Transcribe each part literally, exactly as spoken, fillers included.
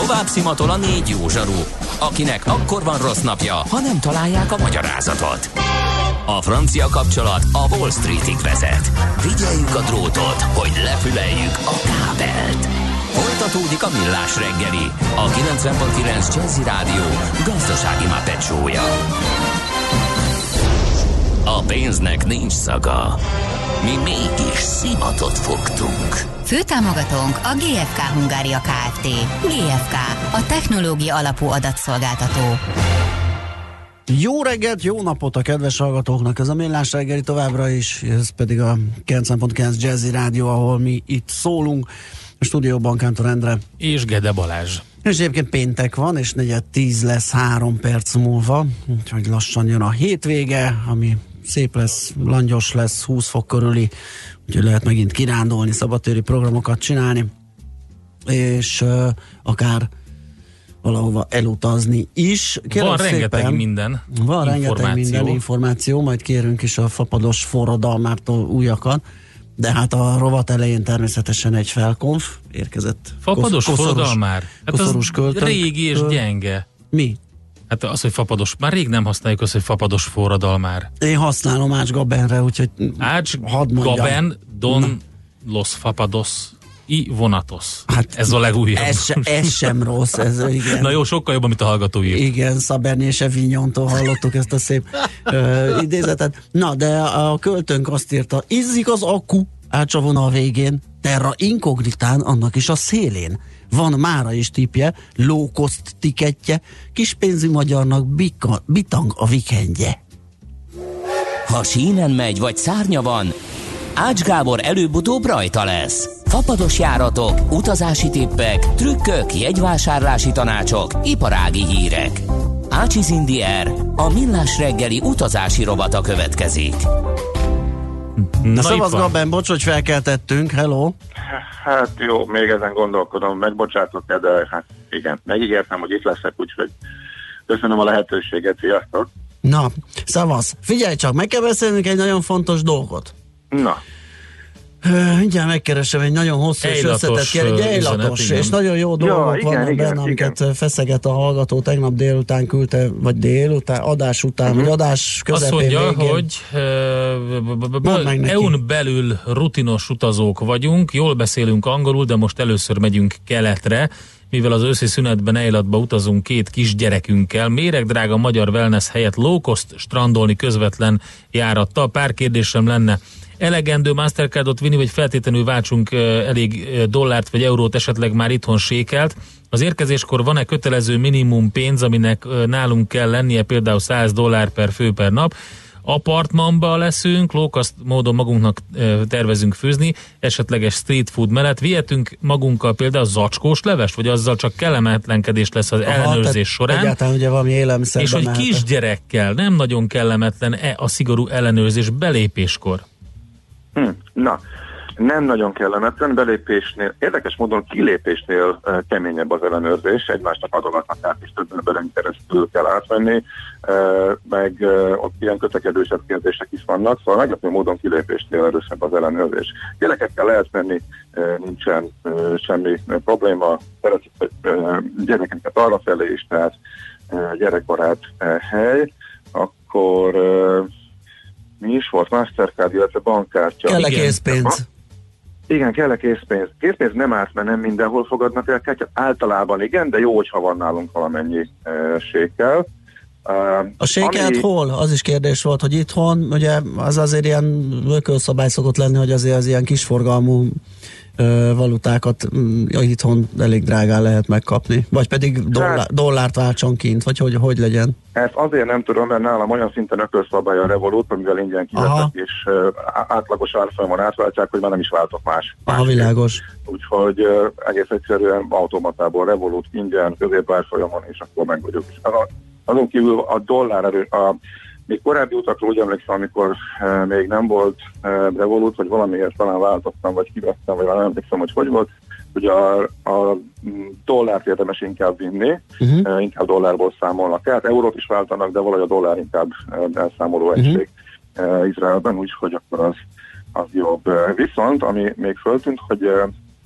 Tovább szimatol a négy jó zsaru, akinek akkor van rossz napja, ha nem találják a magyarázatot. A francia kapcsolat a Wall Streetig vezet. Figyeljük a drótot, hogy lefüleljük a kábelt. Folytatódik a Millás reggeli, a kilencven pont kilenc Jazzy Rádió gazdasági mápecsója. A pénznek nincs szaga. Mi mégis szimatot fogtunk. Főtámogatónk a gé ef ká Hungária Kft. gé ef ká, a technológia alapú adatszolgáltató. Jó reggelt, jó napot a kedves hallgatóknak, ez a Millás reggeli továbbra is, ez pedig a kilencven pont kilenc Jazzy Rádió, ahol mi itt szólunk. A stúdióban Kántor Endre és Gede Balázs. És egyébként péntek van, és negyed tíz lesz három perc múlva, úgyhogy lassan jön a hétvége, ami szép lesz, langyos lesz, húsz fok körüli, úgyhogy lehet megint kirándulni, szabadtéri programokat csinálni, és uh, akár valahova elutazni is. Kérem van szépen, rengeteg minden Van rengeteg minden információ, majd kérünk is a fapados forradalmától újakat, de hát a rovat elején természetesen egy felkonf érkezett. Fapados kosz, forradalmár? Hát az költön, régi és gyenge. Mi? Hát az, hogy fapados, már rég nem használjuk azt, hogy fapados forradalmár. Én használom Ács Gabenre, úgyhogy Ács Gaben, Don Na. Los Fapados I vonatos. Hát ez a legújabb. Ez, se, ez sem rossz. Ez, igen. Na jó, sokkal jobb, mint a hallgató írt. Igen, Szaberny és Evignyontól hallottuk ezt a szép uh, idézetet. Na, de a költőnk azt írta, izzik az akku, Ács a vonal végén, terra inkognitán, annak is a szélén. Van mára is tipje, low cost tiketje, kispénzű magyarnak bika, bitang a vikendje. Ha sínen megy, vagy szárnya van, Ács Gábor előbb-utóbb rajta lesz. Fapados járatok, utazási tippek, trükkök, jegyvásárlási tanácsok, iparági hírek. Ácsiz Indiér, a Millás reggeli utazási rovata következik. Na szavasz Gaben, bocs, hogy felkeltettünk, hello! Hát jó, még ezen gondolkodom, megbocsátok-e, de hát igen, megígértem, hogy itt leszek, úgyhogy köszönöm a lehetőséget, sziasztok! Na, szavasz, figyelj csak, meg kell beszélnünk egy nagyon fontos dolgot. Na. Mindjárt megkeresem egy nagyon hosszú és összetett kérdés, egy ejlatos, és nagyon jó dolgok ja, igen, vannak igen, benne, amiket igen. feszeget a hallgató, tegnap délután küldte, vagy délután, adás után, uh-huh. vagy adás közepén. Azt mondja, végén. hogy uh, é u-n belül rutinos utazók vagyunk, jól beszélünk angolul, de most először megyünk keletre, mivel az őszi szünetben Eilatba utazunk két kisgyerekünkkel, méregdrága magyar wellness helyett low cost strandolni közvetlen járattal. Pár kérdésem lenne. Elegendő Mastercardot vinni, vagy feltétlenül váltsunk elég dollárt vagy eurót, esetleg már itthon sékelt. Az érkezéskor van-e kötelező minimum pénz, aminek nálunk kell lennie, például száz dollár per fő per nap? Apartmanba leszünk, low-cost módon magunknak tervezünk főzni, esetleges street food mellett. Vihetünk magunkkal például zacskós levest, vagy azzal csak kellemetlenkedés lesz az Aha, ellenőrzés során? Egyáltalán ugye valami élelmiszerben. És hogy kisgyerekkel nem nagyon kellemetlen-e a szigorú ellenőrzés belépéskor? Hm, na, nem nagyon kellemetlen, belépésnél, érdekes módon kilépésnél uh, keményebb az ellenőrzés, egymásnak adogatnak át, és több emberen keresztül kell átvenni, uh, meg uh, ott ilyen kötekedősebb kérdések is vannak, szóval meglepő módon kilépésnél erősebb az ellenőrzés. Gyerekekkel lehet menni, uh, nincsen uh, semmi uh, probléma, szeretjük uh, gyerekeket arrafelé is, tehát uh, gyerekbarát uh, hely, akkor uh, mi is volt? Mastercard, illetve bankkártya. Kell-e készpénz? Igen, kell-e készpénz. Készpénz nem árt, mert nem mindenhol fogadnak el kártyát. Általában igen, de jó, hogyha van nálunk valamennyi e, sékkel. Uh, a sékelt ami... hol? Az is kérdés volt, hogy itthon, ugye az azért ilyen ökölszabály szokott lenni, hogy azért az ilyen kisforgalmú uh, valutákat um, itthon elég drágán lehet megkapni. Vagy pedig dollár, hát, dollárt váltson kint, vagy hogy, hogy legyen? Ezt azért nem tudom, mert nálam olyan szinten ökölszabály a Revolut, amivel ingyen kivetek, és uh, átlagos árfolyamon átváltják, hogy már nem is váltok más. Aha, világos. Úgyhogy uh, egész egyszerűen automatából Revolut ingyen, középárfolyamon, és akkor meg vagyok. Azon kívül a dollár erő, a, még korábbi utakról úgy emlékszem, amikor e, még nem volt e, Revolut, vagy valamiért talán váltottam, vagy kivettem, vagy nem emlékszem, hogy hogy volt, hogy a, a dollárt érdemes inkább vinni, uh-huh. e, inkább dollárból számolnak át, eurót is váltanak, de valahogy a dollár inkább e, elszámoló egység uh-huh. e, Izraelben, úgyhogy akkor az, az jobb. Viszont, ami még föltűnt, hogy e,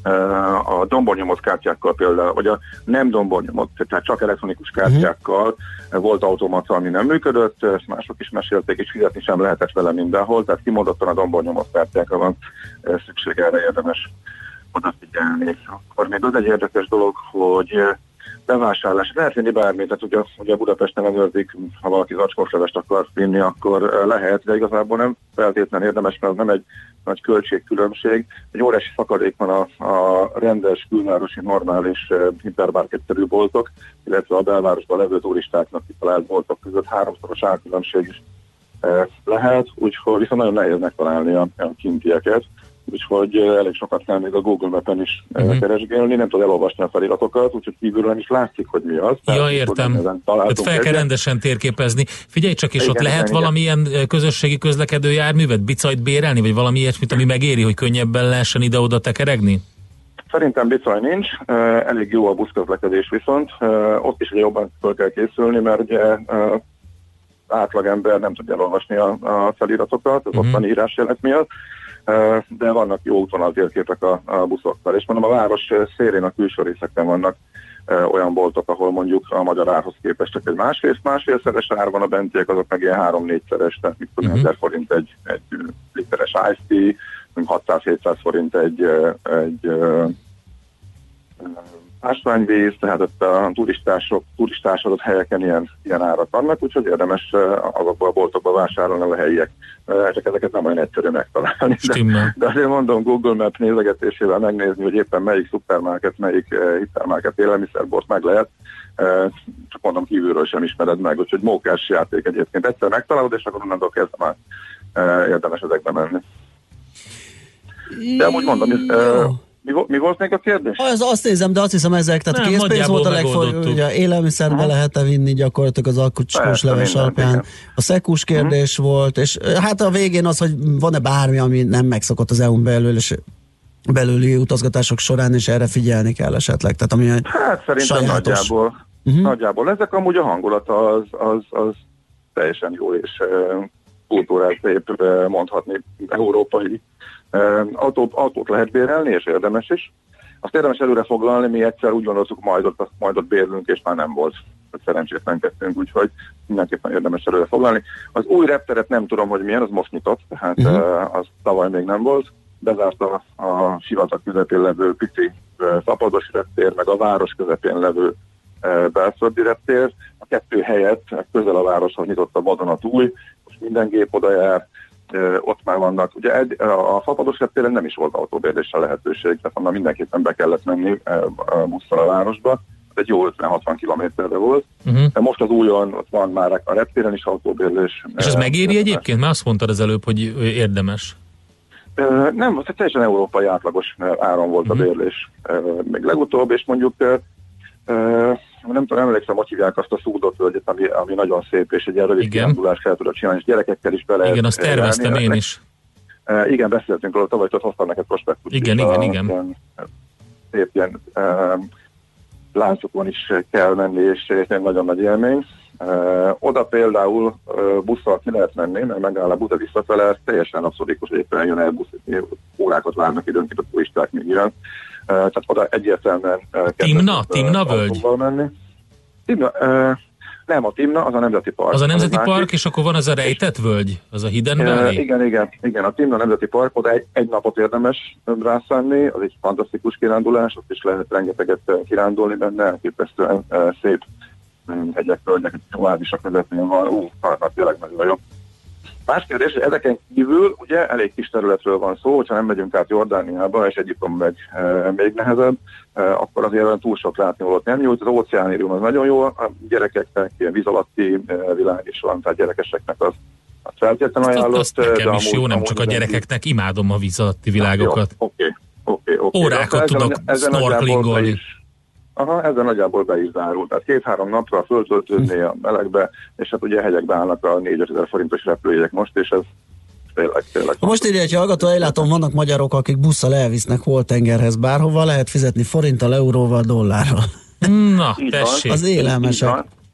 a dombornyomott kártyákkal például, vagy a nem dombornyomott, tehát csak elektronikus kártyákkal uh-huh. volt automata, ami nem működött, ezt mások is mesélték, és fizetni sem lehetett vele mindenhol, tehát kimondottan a dombornyomott kártyákra van szükség, erre érdemes odafigyelni. Akkor még az egy érdekes dolog, hogy bevásárlás, lehet vinni bármit, tehát ugye, ugye Budapesten ellenőrzik, ha valaki zacskós levest akar vinni, akkor lehet, de igazából nem feltétlenül érdemes, mert nem egy nagy költségkülönbség. Egy óriási szakadék van a, a rendes, külvárosi, normális hipermarketszerű boltok, illetve a belvárosban levő turistáknak kitalált boltok között háromszoros árkülönbség is lehet, úgyhogy viszont nagyon nehéz megtalálni a, a kintieket. Úgyhogy elég sokat kell még a Google Mapen is uh-huh. keresgélni, nem tud elolvasni a feliratokat, úgyhogy kívülről nem is látszik, hogy mi az. Ja, értem. Tehát fel kell rendesen térképezni. Figyelj csak, és igen, ott lehet igen, valamilyen igen. közösségi közlekedő járművet, bicajt bérelni, vagy valami ilyesmit, ami megéri, hogy könnyebben lehessen ide-oda tekeregni? Szerintem bicaj nincs, elég jó a buszközlekedés viszont. Ott is ugye jobban fel kell készülni, mert ugye átlagember nem tudja elolvasni a, a feliratokat, az uh-huh. ottani írásjelek miatt. De vannak jó útvonal térképek a, a buszokkal. És mondom, a város szélén, a külső részeken vannak e, olyan boltok, ahol mondjuk a magyar árhoz képest csak egy másfél, másfélszeres ár van, a bentiek azok meg ilyen három-négyszeres, tehát mit tudom, ezer forint egy, egy literes Ice Tea, hatszáz-hétszáz forint egy, egy ásványvíz, tehát ott a turistások, turistásodott helyeken ilyen, ilyen árak vannak, úgyhogy érdemes azokból a boltokba vásárolni a helyiek. Csak ezeket nem olyan egyszerű megtalálni. De, de azért mondom, Google Maps nézegetésével megnézni, hogy éppen melyik szupermarket, melyik uh, hipermarket élelmiszerbort meg lehet. Uh, csak mondom, kívülről sem ismered meg, úgyhogy mókás játék egyébként. Egyszer megtalálod, és akkor onnantól kezdve már uh, érdemes ezekbe menni. De amúgy mondom, hogy... Uh, Mi, mi volt még a kérdés? Az, azt nézem, de azt hiszem ezek, tehát nem, készpénz volt a legfontosabb, ugye élelmiszerbe uh-huh. lehet-e vinni gyakorlatilag az alkucskós leves alapján. Igen. A szekus kérdés uh-huh. volt, és hát a végén az, hogy van-e bármi, ami nem megszokott az é u-n belül, és belüli utazgatások során, és erre figyelni kell esetleg. Tehát ami hát szerintem sajátos. nagyjából, uh-huh. nagyjából. Ezek amúgy a hangulata az, az, az teljesen jó, és uh, kultúrát szép uh, mondhatni európai. Uh, autót, autót lehet bérelni, és érdemes is. Azt érdemes előre foglalni, mi egyszer úgy gondoltuk, majd ott, majd ott bérlünk, és már nem volt. Szerencsétlenkedtünk, úgyhogy mindenképpen érdemes előre foglalni. Az új repteret nem tudom, hogy milyen, az most nyitott, tehát uh-huh. uh, az tavaly még nem volt. Bezárt a, a sivatag közepén levő pici uh, Szapados reptér, meg a város közepén levő uh, belföldi reptér. A kettő helyett közel a városhoz nyitott a vadonatúj, most minden gép oda jár. Uh, ott már vannak, ugye egy, a Fapados reptéren nem is volt autóbérléssel lehetőség, tehát onnan mindenképpen be kellett menni uh, busszal a városba, egy jó ötven-hatvan kilométerre volt. Uh-huh. De most az újon, ott van már a reptéren is autóbérlés. És ez uh, megéri érdemes. Egyébként? Már azt mondtad az előbb, hogy érdemes. Uh, nem, az egy teljesen európai átlagos áron volt uh-huh. a bérlés uh, még legutóbb, és mondjuk uh, uh, nem tudom, emlékszem, hogy hívják azt a Szúdott völgyet, ami, ami nagyon szép, és egy ilyen rövid kirándulást fel tudod csinálni, és gyerekekkel is bele. Igen, azt terveztem járni. Én is. Uh, igen, beszéltünk róla, tavaly ott hoztam neked prospektus. Igen, igen, a, igen. Ilyen, szép ilyen uh, láncokon is kell menni, és egy nagyon nagy élmény. Uh, oda például uh, busszal ki lehet menni, mert megáll a Buda visszafele, teljesen abszurdikus, hogy éppen jön el busz, órákat várnak időnként a turisták még jön. Uh, tehát oda egyértelműen uh, Timna? Timna völgy? Timna, uh, nem, a Timna, az a Nemzeti Park. Az a Nemzeti az Park, másik. És akkor van az a rejtett völgy? Az a Hidden Valley? Uh, igen, igen, igen, a Timna Nemzeti Park, oda egy, egy napot érdemes rászállni, az egy fantasztikus kirándulás, ott is lehet rengeteget kirándulni benne, elképesztően uh, szép hegyek, völgyek, egy oázisok közepén van, ú, hát tényleg nagyon jó. Más kérdés, hogy ezeken kívül ugye elég kis területről van szó, hogyha nem megyünk át Jordániába, és Egyiptom megy e, még nehezebb, e, akkor azért túl sok látnivalót nem nyújt. Az óceánérium az nagyon jó a gyerekeknek, ilyen víz alatti e, világ is van, tehát gyerekeseknek az, az feltétlenül ajánlott. Azt nekem is jó, nem csak a gyerekeknek, imádom a víz alatti világokat. Oké, oké, oké. Órákat tudok snorkelingolni. Aha, ezzel nagyjából be is zárul. Tehát két-három napra föltöltődni a melegbe, és hát ugye hegyekbe állnak a négy-ötezer forintos repülőjegyek most, és ez tényleg, tényleg. Most írja egy hallgató, ellátom, vannak magyarok, akik busszal elvisznek holtengerhez bárhova, lehet fizetni forinttal, euróval, dollárral. Na, tessék. Az élelmesek.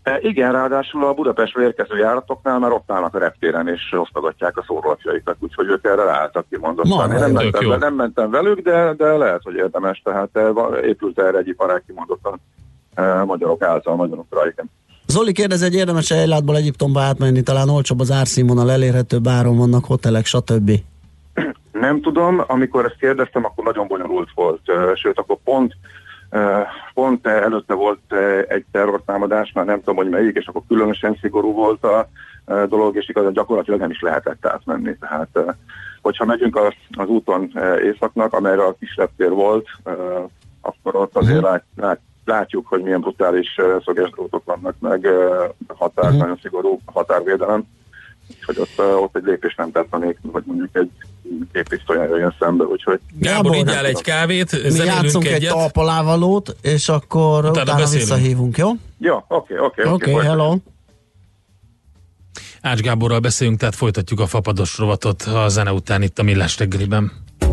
E, igen, ráadásul a Budapestről érkező járatoknál már ott állnak a reptéren, és osztogatják a szórólapjaikat, úgyhogy ők erre ráálltak kimondottan. Én nem mentem, be, nem mentem velük, de, de lehet, hogy érdemes, tehát épült erre egy iparág kimondottan e, magyarok által, magyarokra, igen. Zoli kérdez, egy érdemes Ejlátból Egyiptomba átmenni, talán olcsóbb az árszínvonal, elérhetőbb áron vannak hotelek, stb. Nem tudom, amikor ezt kérdeztem, akkor nagyon bonyolult volt, sőt, akkor pont pont előtte volt egy terrortámadás, már nem tudom, hogy melyik, és akkor különösen szigorú volt a dolog, és igazán gyakorlatilag nem is lehetett átmenni. Tehát, hogyha megyünk az, az úton északnak, amelyre a kis reptér volt, akkor ott azért lát, lát, látjuk, hogy milyen brutális szögesdrótok vannak, meg határ, uh-huh. nagyon szigorú határvédelem, hogy ott, ott egy lépés nem tett a nélkül, hogy mondjuk egy képpisztolyan jöjjön szembe, úgyhogy... Gábor, igyál egy kávét, mi játszunk egyet. Egy talpalávalót, és akkor utána, utána visszahívunk, jó? Jó, oké, oké. Oké, hello. Ács Gáborral beszélünk, tehát folytatjuk a fapados rovatot a zene után itt a Millás reggeliben.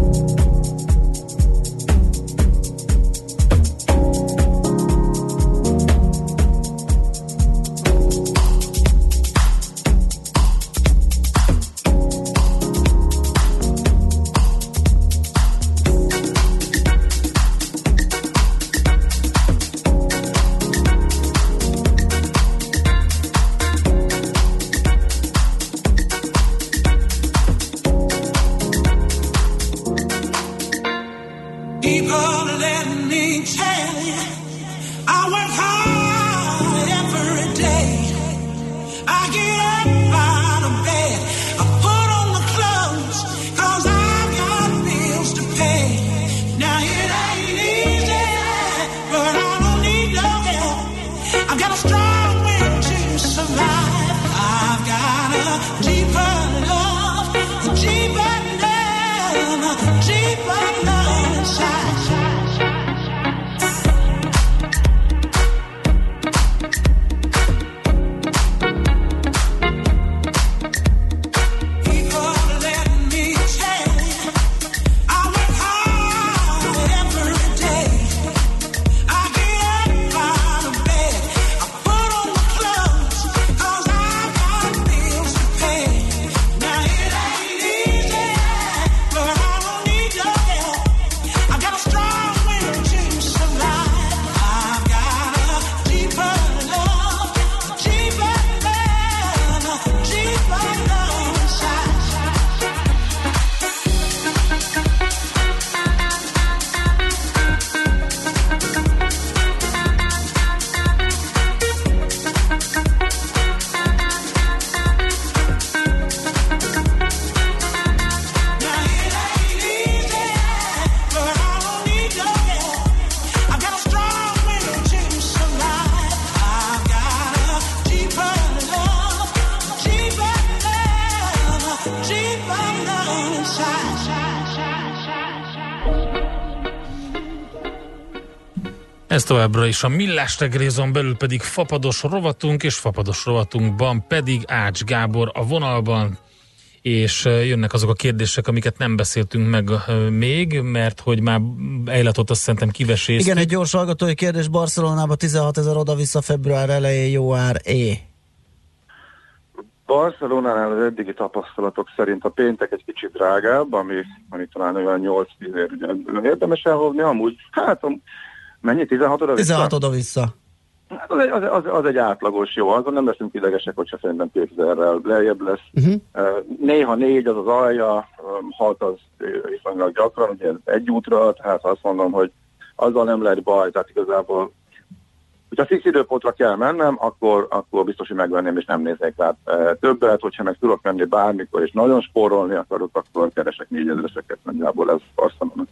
Ez továbbra is a Millás reggelizon belül pedig fapados rovatunk, és fapados rovatunkban pedig Ács Gábor a vonalban, és jönnek azok a kérdések, amiket nem beszéltünk meg még, mert hogy már Ejlatot azt szerintem kiveséztük. Igen, egy gyors hallgatói kérdés, Barcelonába tizenhatezer oda-vissza február elején, jó ár-é? Barcelonánál az eddigi tapasztalatok szerint a péntek egy kicsit drágább, ami, ami talán olyan nyolc-tíz ér, ugye érdemes elhovni, amúgy, hát mennyi? tizenhat oda-vissza? tizenhat oda-vissza. Hát az, az, az, az egy átlagos jó, azon nem leszünk idegesek, hogyha szerintem kétezerrel lejjebb lesz. Uh-huh. Néha négy az az alja, hat az viszonylag gyakran, ugye egy útra, tehát azt mondom, hogy azzal nem lehet baj, tehát igazából hogyha fix időpontra kell mennem, akkor, akkor biztos, hogy megvenném, és nem néznék rá többet, hogyha meg tudok menni bármikor, és nagyon spórolni akarok, akkor keresek négyezreseket, nagyjából ez Barcelona.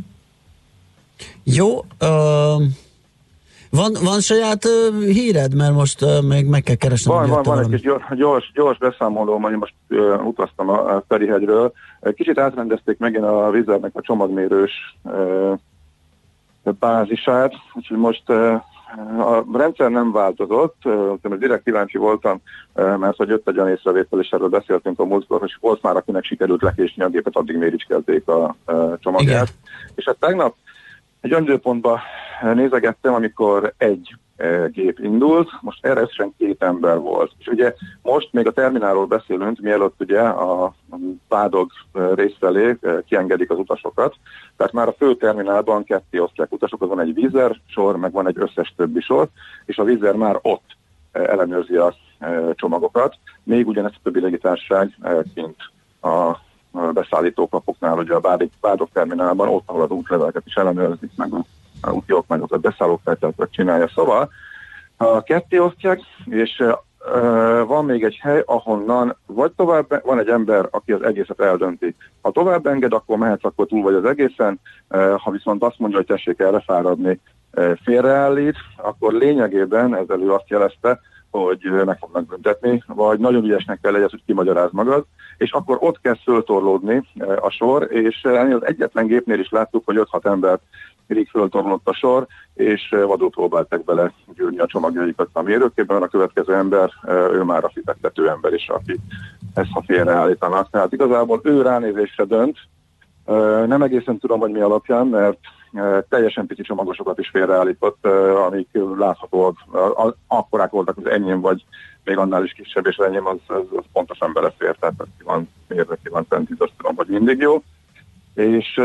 Jó, uh, van, van saját uh, híred, mert most uh, még meg kell keresnem. Van, van, van egy kis gyors, gyors, gyors beszámolóm, hogy most uh, utaztam a, a Ferihegyről. Kicsit átrendezték megint a Vizernek a csomagmérős uh, bázisát, úgyhogy most uh, a rendszer nem változott, uh, direkt kíváncsi voltam, uh, mert hogy jött egy olyan észrevétel, és erről beszéltünk a múltkor, hogy volt már, akinek sikerült lekésni a gépet, addig méricskelték a uh, csomagját. Igen. És hát tegnap Egy olyan időpontban nézegettem, amikor egy gép indult, most erre összesen két ember volt. És ugye most még a terminálról beszélünk, mielőtt ugye a Pádog rész felé kiengedik az utasokat, tehát már a fő terminálban ketté osztják utasokat, van egy Wizz sor, meg van egy összes többi sor, és a Wizz már ott ellenőrzi a csomagokat, még ugyanezt a többi légitársaság kint a beszállítókapoknál, ugye a Pádog terminálban, ott, ahol az útleveleket is ellenőrzik, meg a a úti okmányokat, beszállókfeltételeket csinálja. Szóval a ketté osztják, és uh, van még egy hely, ahonnan vagy tovább, van egy ember, aki az egészet eldönti. Ha tovább enged, akkor mehetsz, akkor túl vagy az egészen, uh, ha viszont azt mondja, hogy tessék erre fáradni, uh, félreállít, akkor lényegében ez elő azt jelezte, hogy meg fognak büntetni, vagy nagyon ügyesnek kell legyen, hogy kimagyaráz magad, és akkor ott kell föltorlódni uh, a sor, és uh, az egyetlen gépnél is láttuk, hogy öt-hat embert mindig föltorlott a sor, és vadul próbáltak bele gyűrni a csomagjaikat a mérőkében, a következő ember, ő már a fizettető ember is, aki ezt ha félreállítanak. Tehát igazából ő ránézésre dönt, nem egészen tudom, hogy mi alapján, mert teljesen pici csomagosokat is félreállított, amik láthatóak, akkorák voltak az enyém, vagy még annál is kisebb, és enyém az, az, az pontosan belefér, tehát ki van mérve, ki van fent, azt tudom, hogy mindig jó. És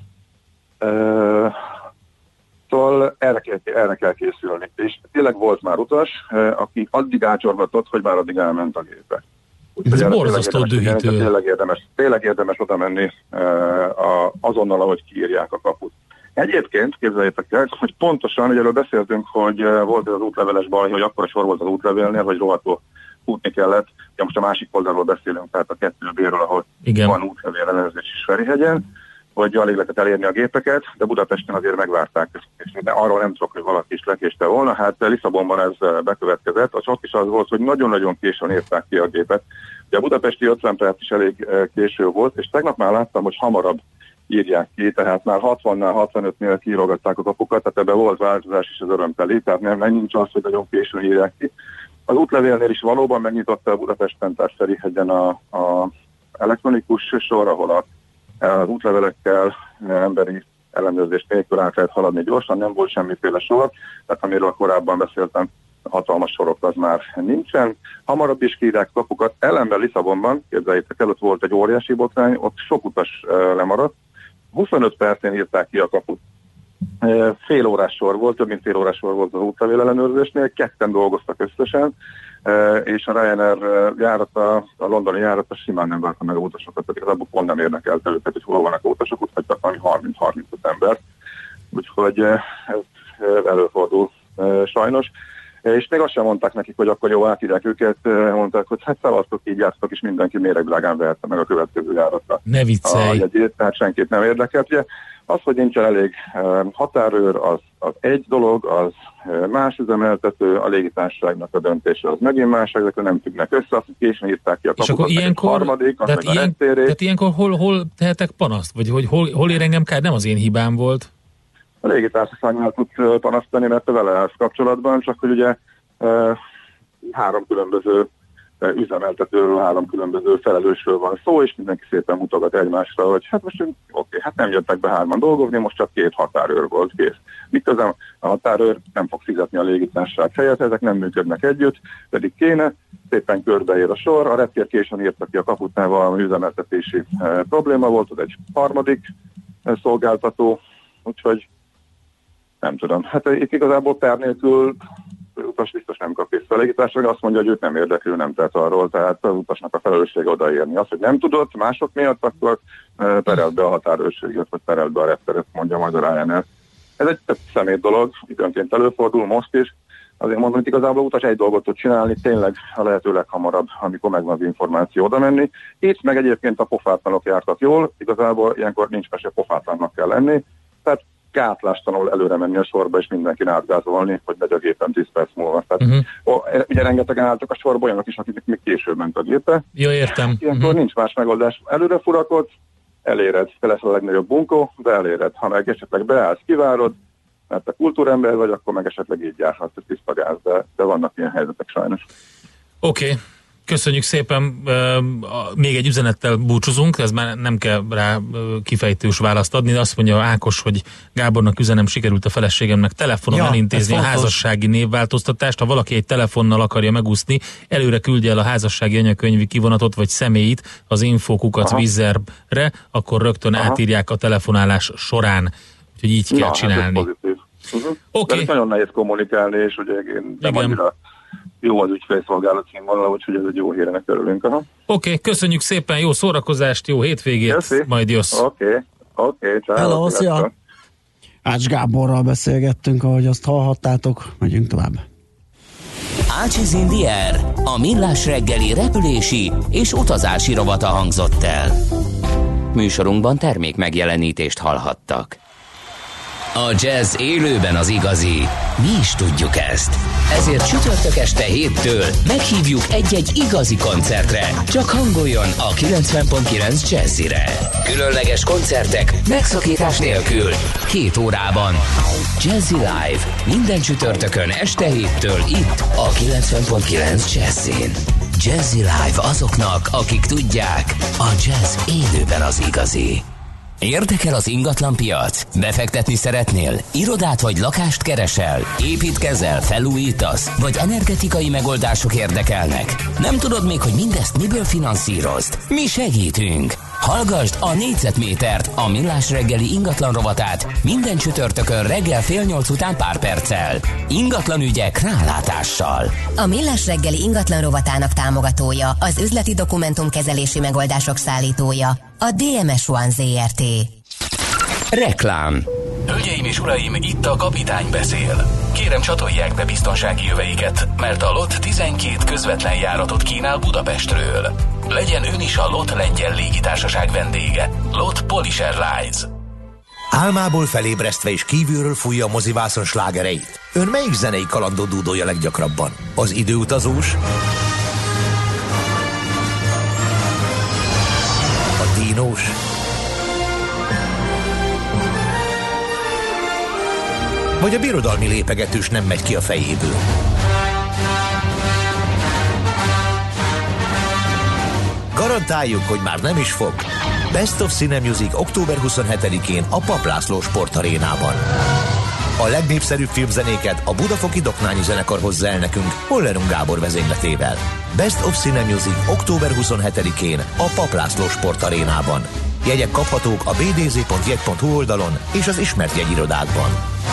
Uh, szóval erre kell, erre kell készülni. És tényleg volt már utas, uh, aki addig ácsorgatott, hogy már addig elment a gépe. Ez borzasztó dühítő. Tényleg érdemes, tényleg érdemes oda menni uh, a, azonnal, ahogy kiírják a kaput. Egyébként képzeljétek el, hogy pontosan, hogy erről beszéltünk, hogy uh, volt ez az útleveles baj, hogy akkor a sor volt az útlevélnél, hogy rohadtul futni kellett. Ja, most a másik oldalról beszélünk, tehát a kettő B-ről, ahol igen, van útlevél ellenőrzés is Ferihegyen, hogy alig lehetett elérni a gépeket, de Budapesten azért megvárták, és de arról nem tudok, hogy valaki is lekéste volna. Hát Lisszabonban ez bekövetkezett, az ott is az volt, hogy nagyon-nagyon későn írták ki a gépet. Ugye a budapesti ötven perc is elég késő volt, és tegnap már láttam, hogy hamarabb írják ki, tehát már hatvannál, hatvanötnél kiírogatták a kapukat, tehát ebben volt változás is az örömteli, tehát nem, nem nincs az, hogy nagyon későn írják ki. Az útlevélnél is valóban megnyitotta a Budapesten, tehát Ferihegyen a, a elektronikus sor, ahol a az útlevelekkel emberi ellenőrzés nélkül át lehet haladni gyorsan, nem volt semmiféle sor, tehát amiről korábban beszéltem, hatalmas sorok az már nincsen. Hamarabb is kiírják kapukat, ellenben Lisszabonban, képzeljétek el, ott volt egy óriási botrány, ott sok utas lemaradt, huszonöt percén írták ki a kaput. Fél órás sor volt, több mint fél órás sor volt az útlevél ellenőrzésnél, ketten dolgoztak összesen, és a Ryanair járata, a londoni járata simán nem várta meg a utasokat, pedig az abból pont nem érdekelte őket, hogy hol vannak a utasok, úgy hagytak valami harminc-harmincöt ember, úgyhogy ez előfordul sajnos. És még azt sem mondták nekik, hogy akkor jó, átírják őket, mondták, hogy hát szavaztok, így jártak, és mindenki méregdrágán vehette meg a következő járatra. Ne viccelj! A jegyét, tehát senkit nem érdekelt. Ugye az, hogy nincsen elég határőr, az, az egy dolog, az más üzemeltető, a légitársaságnak a döntése az megint más, ezek nem függnek össze, azt, hogy későn írták ki a kaput, és akkor ilyenkor, harmadik, az meg a ilyen, tehát ilyenkor hol, hol tehetek panaszt? Vagy hogy hol, hol ér engem kár? Nem az én hibám volt. A légitársaságnál tud panasztani, mert vele állsz kapcsolatban, csak hogy ugye e, három különböző e, üzemeltetőről, három különböző felelősről van szó, és mindenki szépen mutogat egymásra, hogy hát most oké, okay, hát nem jöttek be hárman dolgozni, most csak két határőr volt, kész. Miközben a határőr nem fog fizetni a légitársaság helyett, ezek nem működnek együtt, pedig kéne, szépen körbeér a sor, a reptér későn írta ki a kaputnál valami üzemeltetési e, probléma volt, az egy harmadik e, szolgáltató, úgyhogy nem tudom. Hát itt igazából per nélkül utas biztos nem kap vissza. A légitársaság azt mondja, hogy őt nem érdeklő, nem tett arról, tehát az utasnak a felelőssége odaérni. Az, hogy nem tudott mások miatt, akkor perelt be a határőrséget, vagy perelt be a repteret, mondja majd a Ryanair. Ez egy szemét dolog, időnként előfordul most is. Azért mondom, hogy igazából utas egy dolgot tud csinálni, tényleg a lehető leghamarabb, amikor megvan az információ, oda menni. Itt meg egyébként a pofátlanok jártak jól, igazából ilyenkor nincs mese, pofátlannak kell lenni. Tehát gátlástalanul előre menni a sorba, és mindenkin átgázolni, hogy megy a gépen tíz perc múlva. Tehát, uh-huh. ó, ugye rengetegen álltak a sorba, olyanok is, akiknek még később ment a gépe. Jó, értem. Ilyenkor uh-huh. nincs más megoldás. Előre furakodsz, eléred. Te lesz a legnagyobb bunkó, de eléred. Ha meg esetleg beállsz, kivárod, mert te kultúrember vagy, akkor meg esetleg így járhatsz, ez tiszta gáz, de, de vannak ilyen helyzetek sajnos. Oké. Okay. Köszönjük szépen, még egy üzenettel búcsúzunk, ez már nem kell rá kifejtős választ adni, de azt mondja Ákos, hogy Gábornak üzenem, sikerült a feleségemnek telefonon ja, elintézni a házassági névváltoztatást. Ha valaki egy telefonnal akarja megúszni, előre küldje el a házassági anyakönyvi kivonatot vagy személyit az infókukac Vizerbre, akkor rögtön Aha. átírják a telefonálás során. Úgyhogy így kell Na, csinálni. Uh-huh. Okay. De nagyon nehéz kommunikálni, és ugye én nem annyira jó az ügyfélszolgálat színvonala, úgyhogy ez egy jó hírenek örülünk. Oké, okay, köszönjük szépen, jó szórakozást, jó hétvégét, Köszi. majd jössz. Oké, okay. oké, okay, ciao. Hello, szia! Ács Gáborral beszélgettünk, ahogy azt hallhattátok, megyünk tovább. Ácsiz in the Air, a millás reggeli repülési és utazási rovata hangzott el. Műsorunkban termék megjelenítést hallhattak. A jazz élőben az igazi. Mi is tudjuk ezt. Ezért csütörtök este héttől meghívjuk egy-egy igazi koncertre. Csak hangoljon a kilencven pont kilenc Jazzire. Különleges koncertek megszakítás nélkül. Két órában. Jazzy Live. Minden csütörtökön este héttől itt a kilencven pont kilenc Jazzin. Jazzy Live azoknak, akik tudják, a jazz élőben az igazi. Érdekel az ingatlanpiac? Befektetni szeretnél? Irodát vagy lakást keresel? Építkezel, felújítasz? Vagy energetikai megoldások érdekelnek? Nem tudod még, hogy mindezt miből finanszírozd? Mi segítünk! Hallgasd a négyzetmétert, a millás reggeli ingatlan rovatát minden csütörtökön reggel fél nyolc után pár perccel. Ingatlan ügyek rálátással. A millás reggeli ingatlan rovatának támogatója, az üzleti dokumentumkezelési megoldások szállítója, a dé em es One zé er té. Reklám. Hölgyeim és uraim, itt a kapitány beszél. Kérem, csatolják be biztonsági jöveiket, mert a LOT tizenkét közvetlen járatot kínál Budapestről. Legyen ön is a LOT lengyel légitársaság vendége. LOT Polish Airlines. Álmából felébresztve és kívülről fújja a mozivászon slágereit. Ön melyik zenei kalandot dúdolja leggyakrabban? Az időutazós? A dínós? Vagy a birodalmi lépegetős nem megy ki a fejéből? Garantáljuk, hogy már nem is fog. Best of Cine Music október huszonhetedikén a Papp László Sportarénában. A legnépszerűbb filmzenéket a Budafoki Doknányi Zenekar hozza el nekünk Hollerung Gábor vezényletével. Best of Cine Music október huszonhetedikén a Papp László Sportarénában. Jegyek kaphatók a bé dé zé pont jegy pont hu oldalon és az ismert jegyirodákban.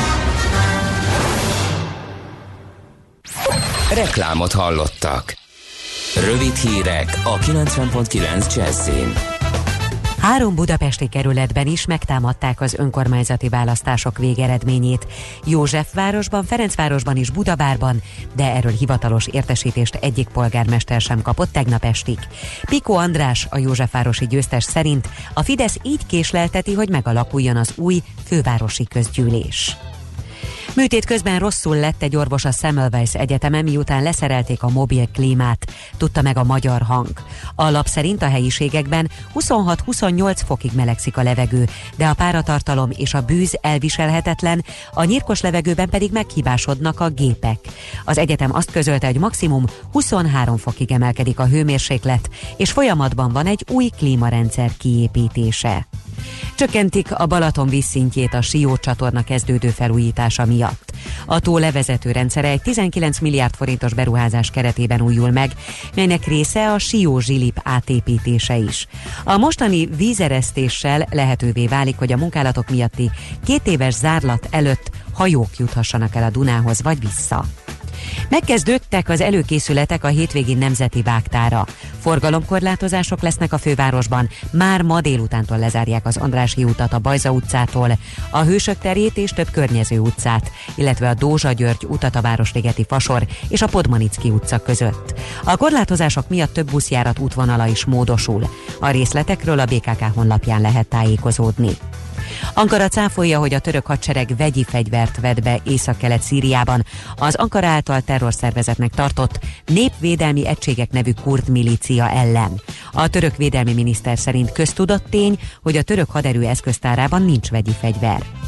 Reklámot hallottak. Rövid hírek a kilencven pont kilenc Jazzin. Három budapesti kerületben is megtámadták az önkormányzati választások végeredményét. Józsefvárosban, Ferencvárosban és Budavárban, de erről hivatalos értesítést egyik polgármester sem kapott tegnap estig. Piko András, a józsefvárosi győztes szerint a Fidesz így késlelteti, hogy megalakuljon az új fővárosi közgyűlés. Műtét közben rosszul lett egy orvos a Semmelweis Egyetemen, miután leszerelték a mobil klímát, tudta meg a Magyar Hang. A lap szerint a helyiségekben huszonhat-huszonnyolc fokig melegszik a levegő, de a páratartalom és a bűz elviselhetetlen, a nyírkos levegőben pedig meghibásodnak a gépek. Az egyetem azt közölte, hogy maximum huszonhárom fokig emelkedik a hőmérséklet, és folyamatban van egy új klímarendszer kiépítése. Csökkentik a Balaton vízszintjét a Sió csatorna kezdődő felújítása miatt. A tó levezető rendszere egy tizenkilenc milliárd forintos beruházás keretében újul meg, melynek része a Sió-Zsilip átépítése is. A mostani vízeresztéssel lehetővé válik, hogy a munkálatok miatti két éves zárlat előtt hajók juthassanak el a Dunához vagy vissza. Megkezdődtek az előkészületek a hétvégi nemzeti vágtára. Forgalomkorlátozások lesznek a fővárosban, már ma délutántól lezárják az Andrássy utat a Bajza utcától, a Hősök terét és több környező utcát, illetve a Dózsa György utat a Városligeti Fasor és a Podmanicki utca között. A korlátozások miatt több buszjárat útvonala is módosul. A részletekről a bé ká ká honlapján lehet tájékozódni. Ankara cáfolja, hogy a török hadsereg vegyi fegyvert vet be Észak-Kelet-Szíriában az Ankara által terrorszervezetnek tartott Népvédelmi Egységek nevű kurd milícia ellen. A török védelmi miniszter szerint köztudott tény, hogy a török haderő eszköztárában nincs vegyi fegyver.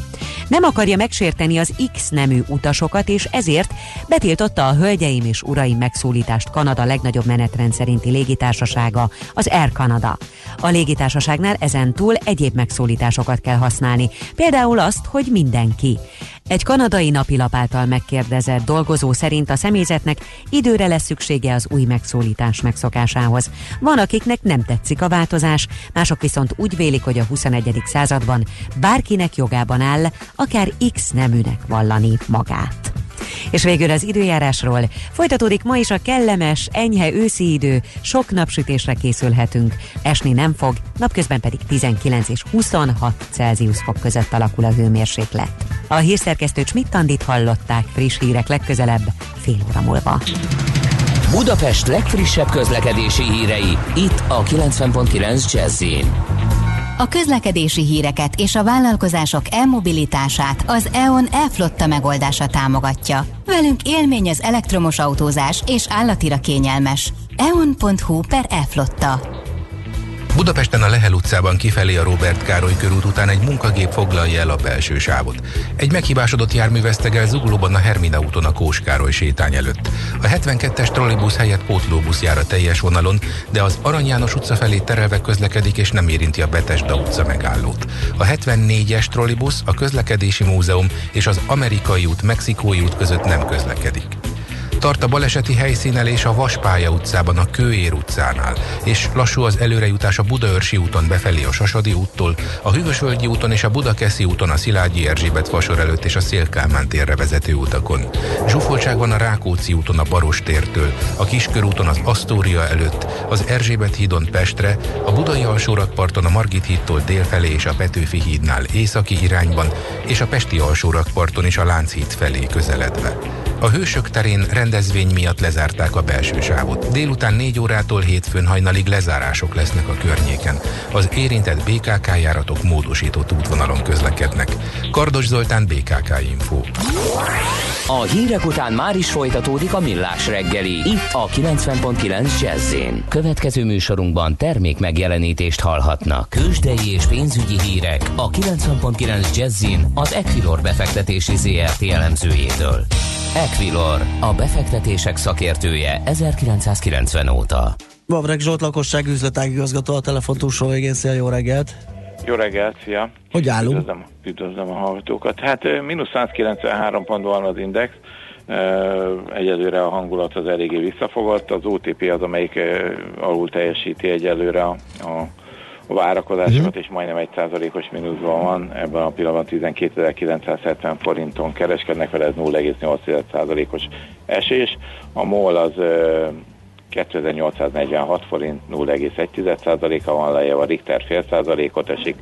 Nem akarja megsérteni az X nemű utasokat, és ezért betiltotta a hölgyeim és uraim megszólítást Kanada legnagyobb menetrend szerinti légitársasága, az Air Canada. A légitársaságnál ezentúl egyéb megszólításokat kell használni, például azt, hogy mindenki. Egy kanadai napilap által megkérdezett dolgozó szerint a személyzetnek időre lesz szüksége az új megszólítás megszokásához. Van, akiknek nem tetszik a változás, mások viszont úgy vélik, hogy a huszonegyedik században bárkinek jogában áll, akár X neműnek vallani magát. És végül az időjárásról. Folytatódik ma is a kellemes, enyhe őszi idő, sok napsütésre készülhetünk. Esni nem fog, napközben pedig tizenkilenc és huszonhat Celsius fok között alakul a hőmérséklet. A hírszerkesztő Schmidt-Andit hallották, friss hírek legközelebb, fél óra múlva. Budapest legfrissebb közlekedési hírei, itt a kilencven pont kilenc Jazz-in. A közlekedési híreket és a vállalkozások e-mobilitását az é o en e-flotta megoldása támogatja. Velünk élmény az elektromos autózás és állatira kényelmes. e o n pont h u per e-flotta. Budapesten a Lehel utcában kifelé a Róbert Károly körút után egy munkagép foglalja el a belső sávot. Egy meghibásodott jármű vesztegel zuglóban a Hermina úton a Kós Károly sétány előtt. A hetvenkettes trollibusz helyett pótlóbusz jár a teljes vonalon, de az Arany János utca felé terelve közlekedik és nem érinti a Betesda utca megállót. A hetvennégyes trollibusz, a Közlekedési Múzeum és az Amerikai út, Mexikói út között nem közlekedik. Tart a baleseti helyszínelés a Vaspálya utcában, a Kőér utcánál, és lassú az előrejutás a Budaörsi úton befelé a Sasadi úttól, a Hűvösvölgyi úton és a Budakeszi úton a Szilágyi Erzsébet fasor előtt és a Széll-Kálmán térre vezető utakon. Zsúfoltság van a Rákóczi úton a Barostértől, a Kiskörúton az Asztória előtt, az Erzsébet hídon Pestre, a Budai alsórakparton a Margit hídtól délfelé és a Petőfi hídnál északi irányban, és a Pesti alsórakparton is a Lánchíd felé közeledve. A Hősök terén rendezvény miatt lezárták a belső sávot. Délután négy órától hétfőn hajnalig lezárások lesznek a környéken. Az érintett bé ká ká járatok módosított útvonalon közlekednek. Kardos Zoltán, bé ká ká Info. A hírek után már is folytatódik a Millás reggeli, itt a kilencven pont kilenc Jazz-in. Következő műsorunkban termék megjelenítést hallhatnak. Kősdei és pénzügyi hírek a kilencven pont kilenc Jazz-in az Equilor befektetési zé er té elemzőjétől. Equilor, a befektetések szakértője ezerkilencszázkilencven óta. Vavreg Zsolt, lakosság üzletágigazgató a telefon túlsó végén. Szia, jó reggelt! Jó reggelt, szia! Hogy állunk? Üdvözlöm, üdvözlöm a hallgatókat. Hát mínusz százkilencvenhárom pontban van az index, egyelőre a hangulat az eléggé visszafogott, az o té pé az, amelyik alul teljesíti egyelőre a, a a várakozásokat, uh-huh. és majdnem egy százalékos mínuszban van, ebben a pillanatban tizenkétezer-kilencszázhetven forinton kereskednek, vele ez nulla egész nyolc százalékos esés. A MOL az kétezer-nyolcszáznegyvenhat forint, nulla egész egy százaléka van lejjebb, a Richter fél százalékot esik,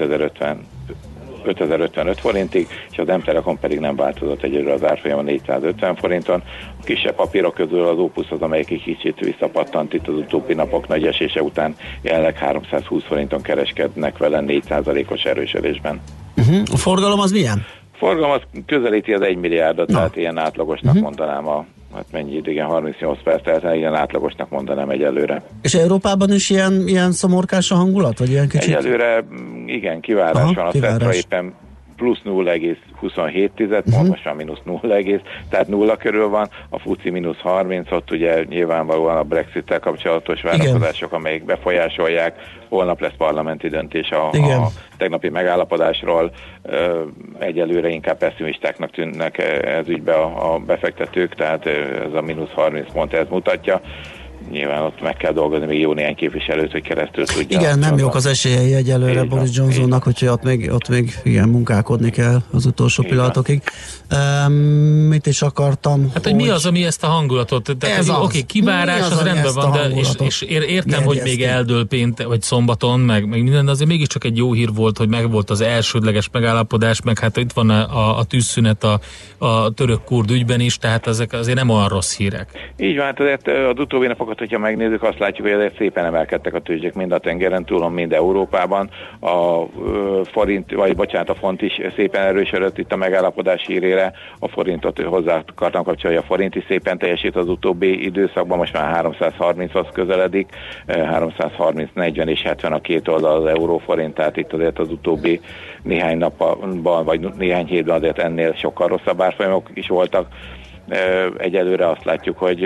ötezer-ötvenöt forintig, és az M-Telekom pedig nem változott egyelőre az árfolyama négyszázötven forinton. A kisebb papírok közül az Opus az, amelyik egy kicsit visszapattant itt az utóbbi napok nagy esése után, jelenleg háromszázhúsz forinton kereskednek vele négy százalékos erősödésben. Uh-huh. A forgalom az milyen? A forgalom az közelíti az egy milliárdot, no. tehát ilyen átlagosnak uh-huh. mondanám a hát mennyi idő, igen, harmincnyolc perc, tehát ilyen átlagosnak mondanám egyelőre. És Európában is ilyen, ilyen szomorkás a hangulat? Vagy ilyen kicsit? Egyelőre igen, kivárás Aha, van, a Tetra éppen plusz nulla egész huszonhét, uh-huh. most már mínusz nulla egész, tehát nulla körül van, a FUCI mínusz harminc, ott ugye nyilvánvalóan a Brexit-tel kapcsolatos várakozások, amelyek befolyásolják, holnap lesz parlamenti döntés a, a tegnapi megállapodásról, egyelőre inkább pessimistáknak tűnnek ez ügybe a, a befektetők, tehát ez a mínusz harminc pont ez mutatja. Nyilván ott meg kell dolgozni még jó néhány képviselőt, hogy keresztül tudja. Igen, nem jók az esélyei egyelőre Boris Johnsonnak, úgyhogy ott még, ott még igen, munkálkodni kell az utolsó így pillanatokig. Um, mit is akartam? Hát, hogy, hogy mi az, ami ezt a hangulatot? Tehát, oké, okay, kivárás, az, az rendben van, de és, és értem, hogy még eldől péntek, vagy szombaton, meg, meg minden, de azért mégiscsak egy jó hír volt, hogy megvolt az elsődleges megállapodás, meg hát itt van a, a, a tűzszünet a, a török-kurd ügyben is, tehát ezek azért nem olyan rossz hírek. Így van, hát azért az utóbbi napokat hogyha megnézzük, azt látjuk, hogy ezért szépen emelkedtek a tőzsdék mind a tengeren túlon, mind Európában. A forint, vagy bocsánat, a font is szépen erősödött itt a megállapodás hírére. A forintot hozzá akartam kapcsolni, a forint is szépen teljesít az utóbbi időszakban, most már háromszázharminchoz közeledik, háromszázharminc, negyven és hetven a két oldal az euróforint, tehát itt azért az utóbbi néhány napban, vagy néhány hétben azért ennél sokkal rosszabb árfolyamok is voltak. Egyelőre azt látjuk, hogy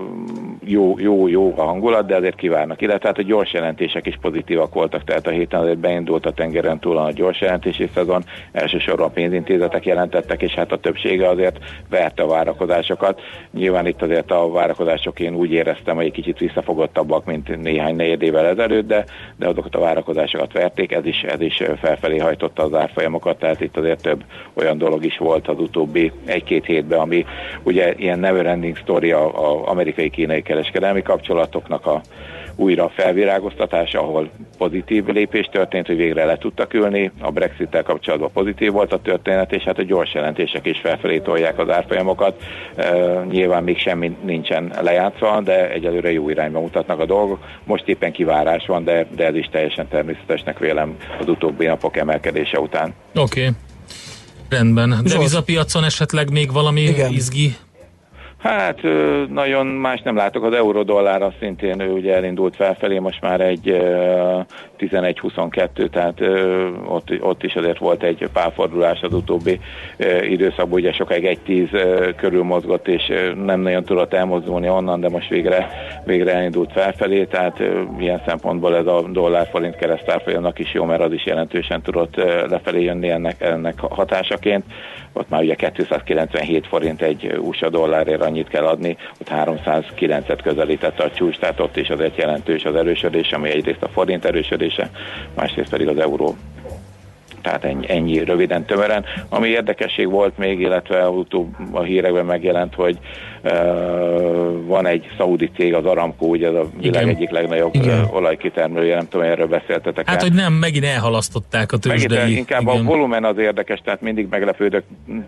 jó, jó, jó a hangulat, de azért kivárnak. Illetve hát a gyors jelentések is pozitívak voltak, tehát a héten azért beindult a tengeren túl a gyors jelentési szezon, elsősorban pénzintézetek jelentettek, és hát a többsége azért verte a várakozásokat. Nyilván itt azért a várakozások én úgy éreztem, hogy egy kicsit visszafogottabbak, mint néhány negyed évvel ezelőtt, de, de azokat a várakozásokat verték, ez is, ez is felfelé hajtotta az árfolyamokat, tehát itt azért több olyan dolog is volt az utóbbi egy-két hétben, ami ugye ilyen never ending story az amerikai-kínai kereskedelmi kapcsolatoknak a újra felvirágoztatása, ahol pozitív lépés történt, hogy végre le tudtak ülni, a Brexit-tel kapcsolatban pozitív volt a történet, és hát a gyors jelentések is felfelé tolják az árfolyamokat. E, nyilván még semmi nincsen lejátszva, de egyelőre jó irányba mutatnak a dolgok. Most éppen kivárás van, de, de ez is teljesen természetesnek vélem az utóbbi napok emelkedése után. Oké. Okay. Rendben. Devizapiacon esetleg még valami Igen. izgi? Hát nagyon más nem látok, az euró-dollár az szintén ő ugye elindult felfelé, most már egy tizenegy huszonkettő, tehát ott, ott is azért volt egy párfordulás az utóbbi időszakban, ugye sokáig egy tíz körül mozgott, és nem nagyon tudott elmozdulni onnan, de most végre, végre elindult felfelé, tehát ilyen szempontból ez a dollár-forint keresztárfolyamnak is jó, mert az is jelentősen tudott lefelé jönni ennek, ennek hatásaként. Ott már ugye kétszázkilencvenhét forint egy u es á dollárért annyit kell adni, ott háromszázkilencet közelítette a csúcs, tehát ott is azért jelentős az erősödés, ami egyrészt a forint erősödése, másrészt pedig az euró. Tehát ennyi, ennyi röviden, tömören. Ami érdekesség volt még, illetve utóbb a hírekben megjelent, hogy uh, van egy szaudi cég, az Aramco, ugye ez a világ Igen. egyik legnagyobb Igen. olajkitermelője, nem tudom, erről beszéltetek. Hát, el. hogy nem, megint elhalasztották a tőzsdei. Megint inkább Igen. a volumen az érdekes, tehát mindig meglepődök,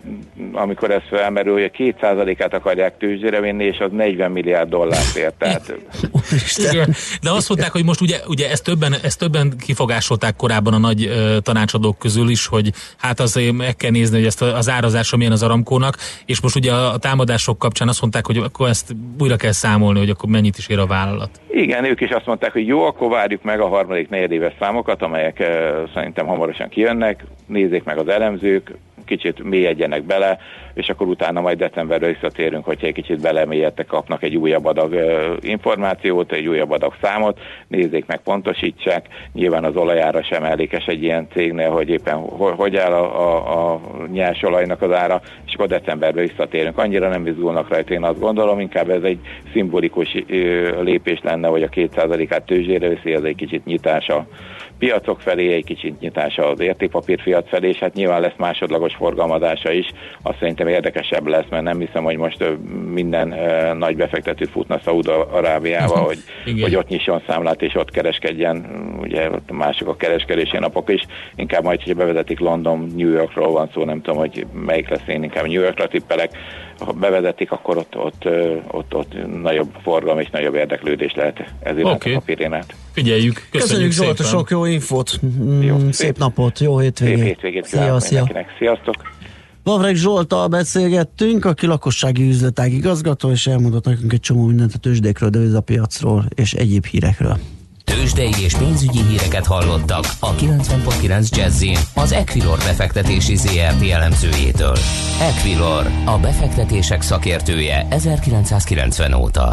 amikor ez felmerül, hogy a két százalékát akarják tőzsdére vinni, és az negyven milliárd dollárt ér. Tehát... Igen. De azt mondták, hogy most ugye, ugye ezt, többen, ezt többen kifogásolták korábban a nagy uh, tanácsadók közül is, hogy hát azért meg kell nézni, hogy ezt az árazása milyen az Aramcónak, és most ugye a támadások kapcsán azt mondták, hogy akkor ezt újra kell számolni, hogy akkor mennyit is ér a vállalat. Igen, ők is azt mondták, hogy jó, akkor várjuk meg a harmadik negyedéves számokat, amelyek uh, szerintem hamarosan kijönnek, nézzék meg az elemzők, kicsit mélyedjenek bele, és akkor utána majd decemberre visszatérünk, hogyha egy kicsit belemélyedtek, kapnak egy újabb adag uh, információt, egy újabb adag számot, nézzék meg, pontosítsák. Nyilván az olajára sem ellékes egy ilyen cégnél, hogy éppen ho- hogy áll a, a, a nyersolajnak az ára, és akkor decemberre visszatérünk. Annyira nem izgulnak rajta, én azt gondolom, inkább ez egy szimbolikus uh, lépés lenne, hogy a két százalékát tőzsdére viszi, ez egy kicsit nyitása piacok felé, egy kicsit nyitása az értékpapírpiac felé, és hát nyilván lesz másodlagos forgalmazása is. Azt szerintem érdekesebb lesz, mert nem hiszem, hogy most minden uh, nagy befektető futna Szaúd-Arábiába, hogy, hogy ott nyisson számlát és ott kereskedjen, ugye ott mások a kereskedési napok is. Inkább majd, hogyha bevezetik London, New Yorkról van szó, nem tudom, hogy melyik lesz, én inkább New Yorkra tippelek. Ha bevezetik, akkor ott, ott, ott, ott, ott nagyobb forgalom és nagyobb érdeklődés lehet ez iránt okay. a papírénát. Figyeljük. Köszönjük, Köszönjük Zsolt, sok jó infót. Jó, szép, szép napot, jó hétvégét. Szép hétvégét kívánok mindenkinek. Sziasztok. Vavreg Zsolttal beszélgettünk, aki lakossági üzletág igazgató, és elmondott nekünk egy csomó mindent a tőzsdékről, devizapiacról és egyéb hírekről. Tőzsdei és pénzügyi híreket hallottak a kilencven pont kilenc Jazzin az Equilor befektetési zé er té elemzőjétől. Equilor, a befektetések szakértője ezerkilencszázkilencven óta.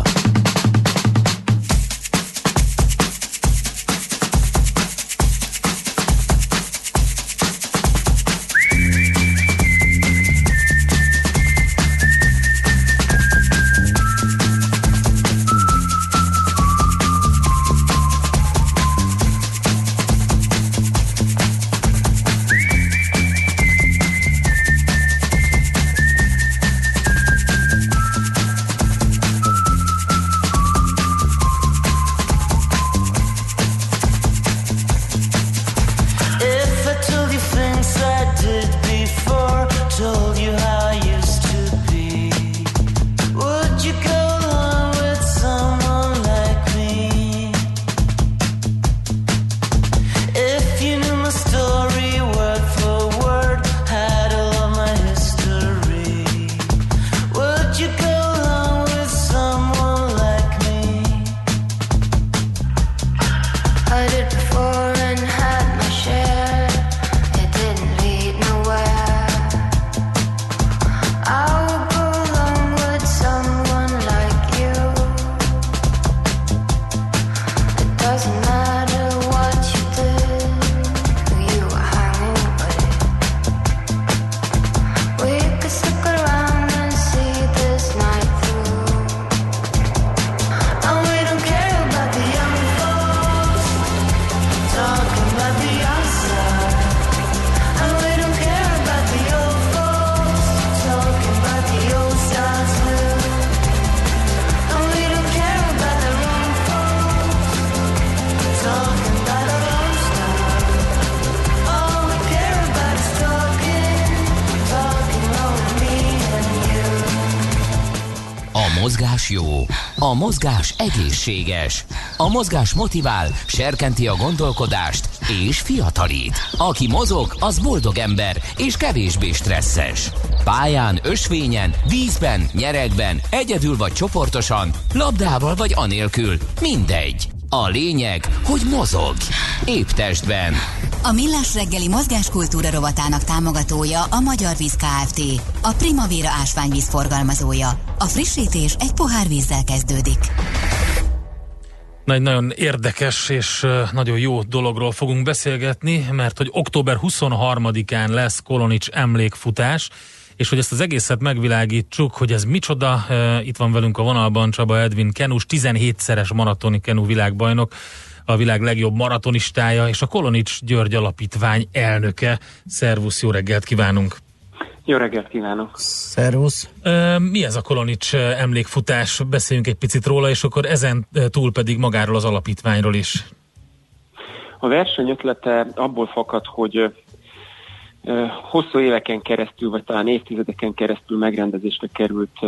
mozgás jó, a mozgás egészséges, a mozgás motivál, serkenti a gondolkodást és fiatalít. Aki mozog, az boldog ember és kevésbé stresszes. Pályán, ösvényen, vízben, nyeregben, egyedül vagy csoportosan, labdával vagy anélkül, mindegy. A lényeg, hogy mozog. Épp testben. A Millás reggeli mozgáskultúra rovatának támogatója a Magyar Víz Kft. A Primavera ásványvíz forgalmazója. A frissítés egy pohár vízzel kezdődik. Egy nagyon érdekes és nagyon jó dologról fogunk beszélgetni, mert hogy október huszonharmadikán lesz Kolonics emlékfutás, és hogy ezt az egészet megvilágítsuk, hogy ez micsoda, itt van velünk a vonalban Csaba Edvin kenus, tizenhétszeres maratoni kenu világbajnok, a világ legjobb maratonistája, és a Kolonics György Alapítvány elnöke. Szervusz, jó reggelt kívánunk! Jó reggelt kívánok! Szervusz! Mi ez a Kolonics emlékfutás? Beszéljünk egy picit róla, és akkor ezen túl pedig magáról az alapítványról is. A verseny ötlete abból fakad, hogy hosszú éveken keresztül, vagy talán évtizedeken keresztül megrendezésre került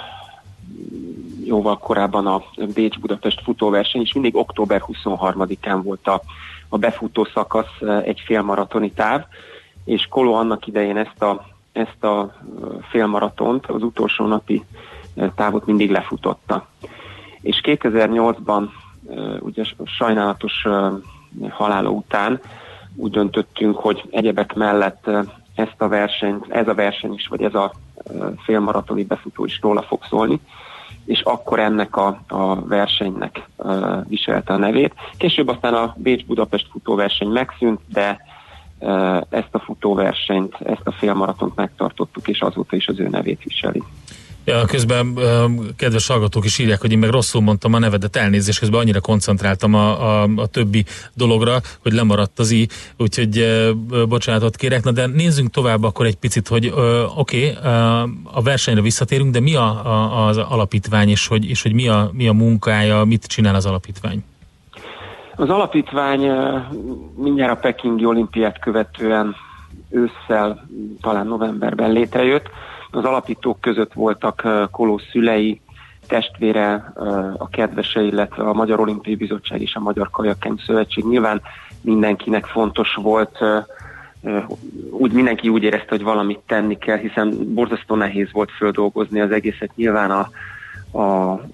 jóval korábban a Bécs-Budapest futóverseny, és mindig október huszonharmadikán volt a, a befutó szakasz, egy félmaratoni táv, és Koló annak idején ezt a, ezt a félmaratont, az utolsó napi távot mindig lefutotta. És kétezer-nyolcban ugye sajnálatos halála után úgy döntöttünk, hogy egyebek mellett ezt a versenyt, ez a verseny is, vagy ez a félmaratoni befutó is róla fog szólni, és akkor ennek a, a versenynek uh, viselte a nevét. Később aztán a Bécs-Budapest futóverseny megszűnt, de uh, ezt a futóversenyt, ezt a félmaratont megtartottuk, és azóta is az ő nevét viseli. Ja, közben kedves hallgatók is írják, hogy én meg rosszul mondtam a nevedet, elnézést, közben annyira koncentráltam a, a, a többi dologra, hogy lemaradt az i, úgyhogy bocsánatot kérek. Na de nézzünk tovább akkor egy picit, hogy oké, okay, a versenyre visszatérünk, de mi a, a, az alapítvány, és hogy, és hogy mi, a, mi a munkája, mit csinál az alapítvány? Az alapítvány mindjárt a pekingi olimpiát követően ősszel, talán novemberben létrejött. Az alapítók között voltak Koló szülei, testvére, a kedvese, illetve a Magyar Olimpiai Bizottság és a Magyar Kajakkenu Szövetség. Nyilván mindenkinek fontos volt, úgy mindenki úgy érezte, hogy valamit tenni kell, hiszen borzasztó nehéz volt földolgozni az egészet. Nyilván a, a, a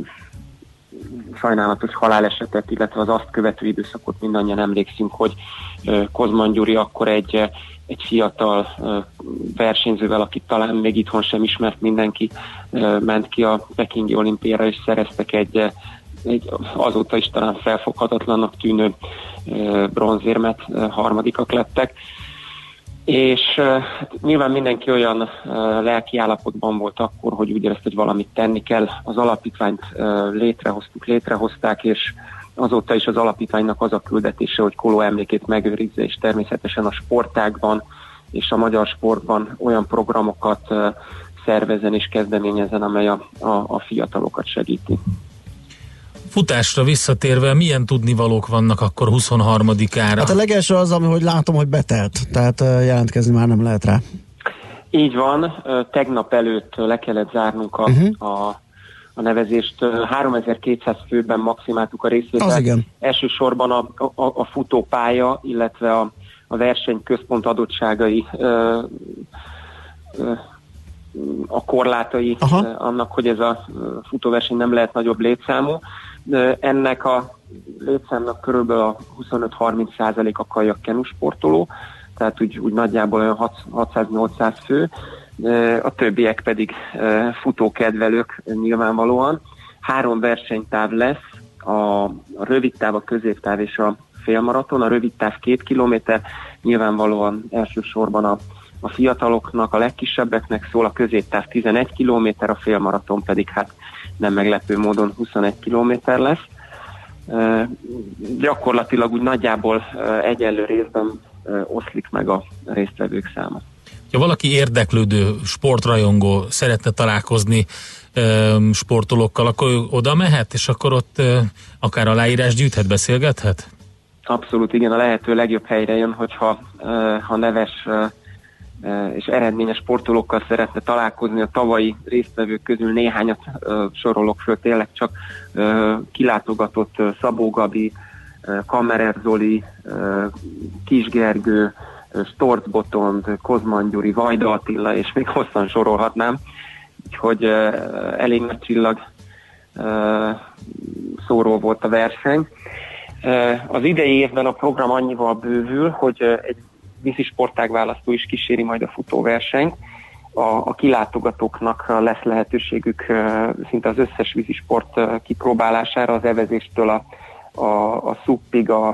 sajnálatos halálesetet, illetve az azt követő időszakot mindannyian emlékszünk, hogy Kozman Gyuri akkor egy egy fiatal uh, versenyzővel, akit talán még itthon sem ismert mindenki, uh, ment ki a pekingi olimpiára, és szereztek egy, egy azóta is talán felfoghatatlannak tűnő uh, bronzérmet, uh, harmadikak lettek. És uh, nyilván mindenki olyan uh, lelki állapotban volt akkor, hogy úgy érezte, hogy valamit tenni kell. Az alapítványt uh, létrehoztuk, létrehozták, és azóta is az alapítványnak az a küldetése, hogy Koló emlékét megőrizze, és természetesen a sportágban és a magyar sportban olyan programokat uh, szervezzen és kezdeményezzen, amely a, a, a fiatalokat segíti. Futásra visszatérve, milyen tudnivalók vannak akkor huszonharmadikára? Hát a legelső az, ami, hogy látom, hogy betelt, tehát uh, jelentkezni már nem lehet rá. Így van, uh, tegnap előtt le kellett zárnunk a, uh-huh. a a nevezést, háromezer-kétszáz főben maximáltuk a részvételt. Elsősorban a, a, a futópálya, illetve a, a versenyközpont adottságai, ö, ö, a korlátai ö, annak, hogy ez a futóverseny nem lehet nagyobb létszámú. Ennek a létszámnak körülbelül a huszonöt-harminc százalék a kajakkenu sportoló, tehát úgy, úgy nagyjából olyan hatszáz-nyolcszáz fő. A többiek pedig futókedvelők nyilvánvalóan. Három versenytáv lesz, a rövidtáv, a középtáv és a félmaraton. A rövidtáv két kilométer, nyilvánvalóan elsősorban a, a fiataloknak, a legkisebbeknek szól, a középtáv tizenegy kilométer, a félmaraton pedig hát nem meglepő módon huszonegy kilométer lesz. Gyakorlatilag úgy nagyjából egyenlő részben oszlik meg a résztvevők száma. Ha valaki érdeklődő, sportrajongó, szeretne találkozni ö, sportolókkal, akkor oda mehet, és akkor ott ö, akár aláírás gyűjthet, beszélgethet? Abszolút, igen, a lehető legjobb helyre jön, hogyha ö, ha neves ö, és eredményes sportolókkal szeretne találkozni. A tavalyi résztvevők közül néhányat sorolok föl, tényleg csak kilátogatott Szabó Gabi, Kammerer Zoli, Kis Gergő, Storc Botond, Kozman Gyuri, Vajda Attila, és még hosszan sorolhatnám. Úgyhogy elég nagy csillag szóró volt a verseny. Az idei évben a program annyival bővül, hogy egy vízi sportágválasztó is kíséri majd a futóversenyt. A, a kilátogatóknak lesz lehetőségük szinte az összes vízisport kipróbálására, az evezéstől a, a, a szuppig, a,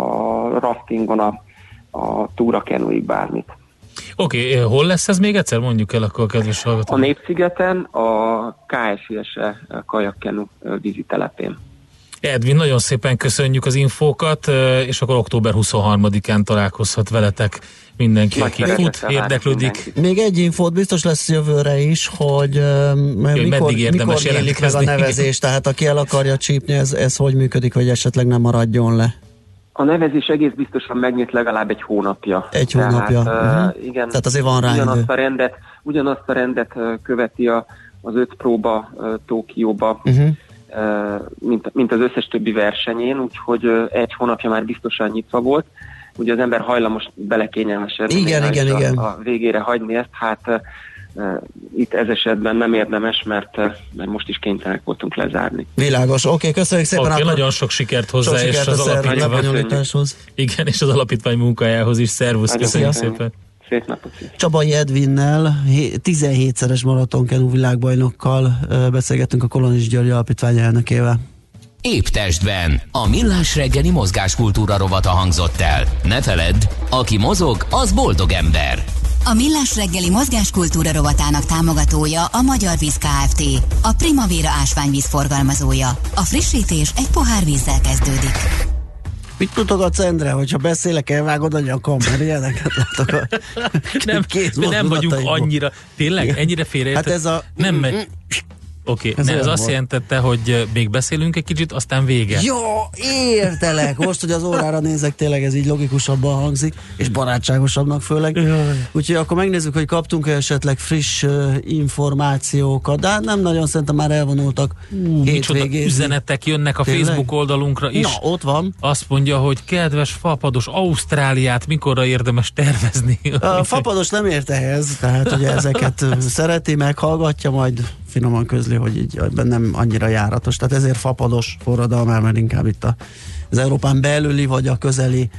a raftingon, a, a túrakenuig, bármit. Oké, okay, hol lesz ez még egyszer? Mondjuk el akkor a kedves hallgatók. A Népszigeten, a ká es i es e kajakkenu vízitelepén. Edvin, nagyon szépen köszönjük az infókat, és akkor október huszonharmadikán találkozhat veletek mindenki, aki fut, érdeklődik. Még egy infót biztos lesz jövőre is, hogy uh, mikor, mikor nyílik meg a nevezés, tehát aki el akarja csípni, ez, ez hogy működik, hogy esetleg nem maradjon le? A nevezés egész biztosan megnyit legalább egy hónapja. Egy hónapja. Tehát, uh, igen, Tehát azért van rá ugyanazt a rendet, ugyanazt a rendet követi a, az öt próba uh, Tokióba, uh-huh. Mint, mint az összes többi versenyén, úgyhogy egy hónapja már biztosan nyitva volt. Ugye az ember hajlamos belekényelmesen igen, igen, a, igen. a végére hagyni ezt, hát uh, itt ez esetben nem érdemes, mert, uh, mert most is kénytelenek voltunk lezárni. Világos, oké, okay, köszönjük szépen. Okay, nagyon sok sikert hozzá, sok sikert és az alapítvány, igen, és az alapítvány munkájához is. Szervusz, nagyon köszönjük szépen. szépen. Szép napot. Csabai Edvinnel, tizenhétszeres maratonkenú világbajnokkal beszélgettünk, a Kolonis György Alapítvány elnökével. Épp testben a Millás reggeli mozgáskultúra rovata hangzott el. Ne feledd, aki mozog, az boldog ember. A Millás reggeli mozgáskultúra rovatának támogatója a Magyar Víz Kft. A Primavera ásványvíz forgalmazója. A frissítés egy pohár vízzel kezdődik. Mit mutogatsz, Endre, hogyha beszélek, elvágod a nyakam, mert ilyeneket látok a nem, nem vagyunk annyira, tényleg, ennyire félreértett. Hát ez a... Nem megy. Oké, okay, ez, ez azt jelentette, hogy még beszélünk egy kicsit, aztán vége. Jó, értelek. Most, hogy az órára nézek, tényleg ez így logikusabban hangzik, és barátságosabbnak főleg. Úgyhogy akkor megnézzük, hogy kaptunk esetleg friss uh, információkat, de nem nagyon, szerintem már elvonultak. Uh, micsoda üzenetek jönnek a tényleg? Facebook oldalunkra is. Na, ott van. Azt mondja, hogy kedves fapados, Ausztráliát mikorra érdemes tervezni? A fapados nem ért ehhez, tehát ugye ezeket szereti, meghallgatja, majd finoman közli, hogy így ebben nem annyira járatos. Tehát ezért fapados forradalmár, mert inkább itt a, az Európán belüli, vagy a közeli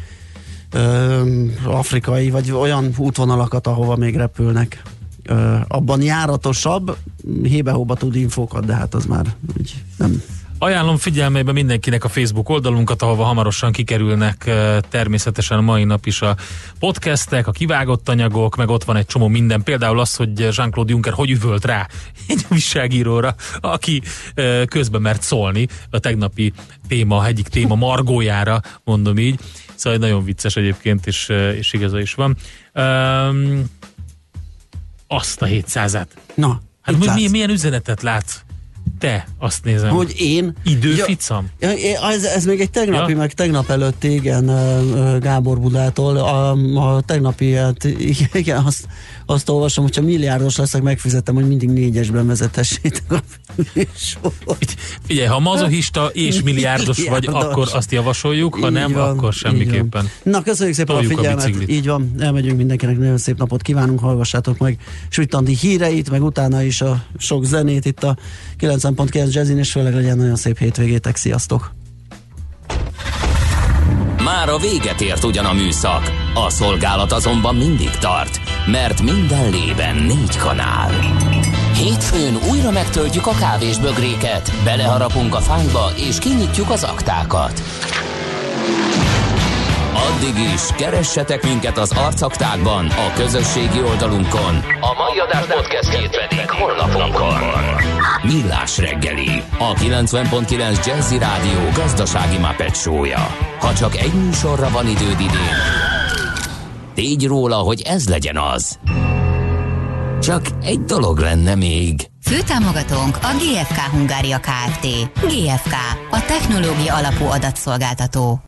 ö, afrikai, vagy olyan útvonalakat, ahova még repülnek. Ö, abban járatosabb, hébe-hóba tud infókat, de hát az már úgy nem... Ajánlom figyelmébe mindenkinek a Facebook oldalunkat, ahova hamarosan kikerülnek természetesen a mai nap is a podcastek, a kivágott anyagok, meg ott van egy csomó minden. Például az, hogy Jean-Claude Juncker hogy üvölt rá egy újságíróra, aki közben mert szólni a tegnapi téma, egyik téma margójára, mondom így. Szóval nagyon vicces egyébként, és, és igaza is van. Um, azt a hétszázat. Na, hát milyen, milyen üzenetet látsz? Te, azt nézem. Hogy én? Időficam? Ja, ez, ez még egy tegnapi, ja. meg tegnap előtt, igen, Gábor Budától. A, a tegnapi, hát, igen, azt, azt olvasom, hogyha milliárdos leszek, megfizetem, hogy mindig négyesben vezetessétek a műsort. Figyelj, ha mazohista és milliárdos vagy, akkor azt javasoljuk, ha nem, van, akkor semmiképpen. Na, köszönjük szépen a figyelmet. A így van, elmegyünk mindenkinek, nagyon szép napot kívánunk, hallgassátok meg Svitandi híreit, meg utána is a sok zenét itt a kilencven pont kilenc Jazzin, és főleg legyen nagyon szép hétvégétek, sziasztok! Már a véget ért ugyan a műszak, a szolgálat azonban mindig tart, mert minden lében négy kanál. Hétfőn újra megtöltjük a kávésbögréket, beleharapunk a fányba és kinyitjuk az aktákat. Addig is keressetek minket az arcaktákban, a közösségi oldalunkon. A mai adás podcastjét pedig honlapunkon. Millás reggeli, a kilencven pont kilenc Jazzy Rádió gazdasági Muppet show-ja. Ha csak egy műsorra van időd idén, tégy róla, hogy ez legyen az. Csak egy dolog lenne még. Főtámogatónk a gé ef ká Hungária Kft. gé ef ká, a technológia alapú adatszolgáltató.